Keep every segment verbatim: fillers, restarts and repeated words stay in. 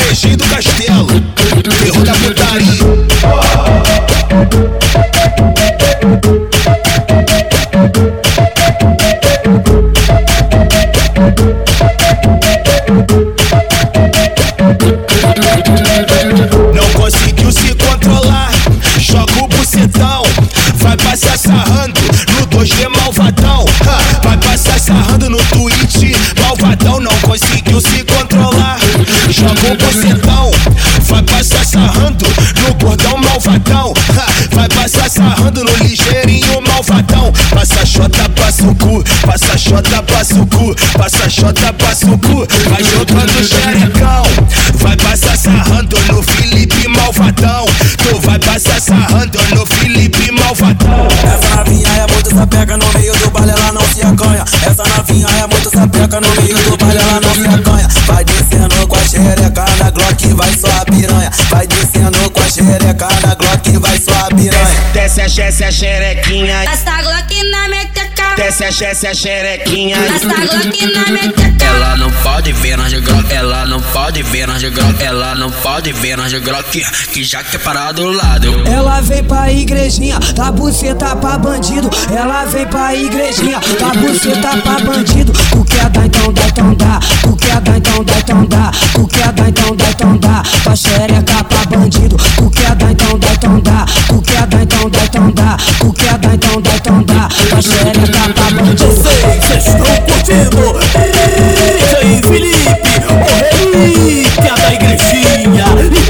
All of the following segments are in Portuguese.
Varejinho do Castelo, terror da putaria. Não conseguiu se controlar, joga o bucetão, vai passar sarrando no dois D malvadão. Ha, vai passar sarrando no Twitch malvadão. Não conseguiu se controlar, joga o bucetão, vai passar sarrando no gordão malvadão. Ha, vai passar sarrando no ligeirinho malvadão. Passa xota, passa o cu, passa xota, passa o cu, passa xota, passa o cu. Vai jogando xerecão, vai passar sarrando no Felipe malvadão. Tu vai passar sarrando no Felipe malvadão. Essa novinha é muito sapeca, no meio do baile ela não se acanha. Essa novinha é muito sapeca, no meio do baile ela não se acanha. Vai descendo com a xereca na Glock, vai só a piranha. Vai descendo com a xereca na Glock, vai só a piranha. Desce a desce a xerequinha, essa Glock na meteca. desce a desce a xerequinha, essa Glock na meteca. Ela não pode ver nós de Glock, ela não pode ver nós de Glock, ela não pode ver nós de Glock, que já quer parar do lado. Ela vem pra igrejinha, tá buceta pra bandido. Ela vem pra igrejinha, tá buceta pra bandido. Tu quer dar então dá, então dá. Tu quer dar então dá, então dá. Tu quer dar então dá, então dá. Tua xereca pra bandido. Tu quer dar então dá, então dá. Tu quer dar então dá, então dá. Tu quer dar então dá, então dá. Tua xereca pra bandido. Vocês estão curtindo D J Felipe, o relíquia da igrejinha.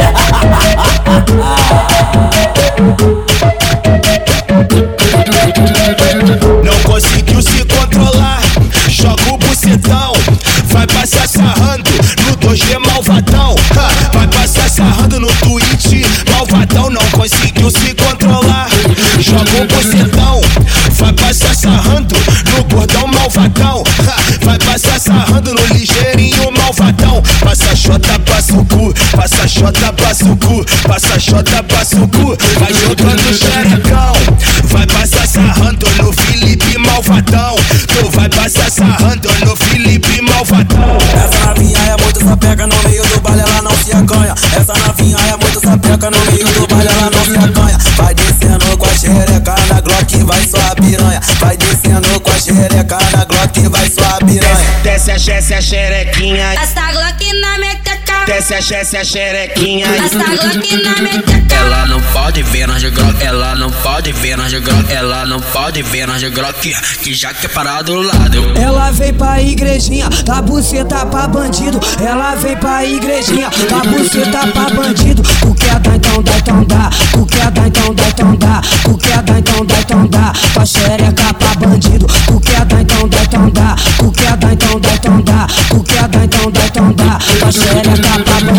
não conseguiu se controlar, joga o bucetão, vai passar sarrando no dois D malvadão. Ha, vai passar sarrando no Twitch malvadão. Não conseguiu se controlar, joga o bucetão, vai passar sarrando no gordão malvadão. Ha, vai passar sarrando no ligeirinho malvadão. Passa xota, passa o cu, passa xota, passa o cu, passa xota, passa o cu. Vai jogando xerecão, vai passar sarrando no Felipe malvadão. Tu vai passar sarrando no Felipe malvadão. Essa novinha é muito sapeca, no meio do baile ela não se acanha. Essa novinha é muito sapeca, no meio do baile ela não se acanha. Vai descendo com a xereca na Glock, vai só a piranha. Vai descendo com a xereca na Glock, vai só a piranha. Desce a desce a xerequinha, Essa Glock na meteca. desce a desce a xerequinha, Essa Glock na meteca. Ela não pode ver nós de Glock, ela não pode ver nós de Glock, ela não pode ver nós de Glock, que já quer parar do lado. Ela vem pra igrejinha, tá buceta pra bandido. Ela vem pra igrejinha, tá buceta pra bandido. Tu quer dar então dá, então dá. Tu quer dar então dá, então dá. Tu quer dar então dá, então dá. Tua xereca pra bandido. Tu quer dar então dá, então dá. Tu quer dar então dá, então dá. Tu quer dar então dá, então dá. Tua xereca pra bandido.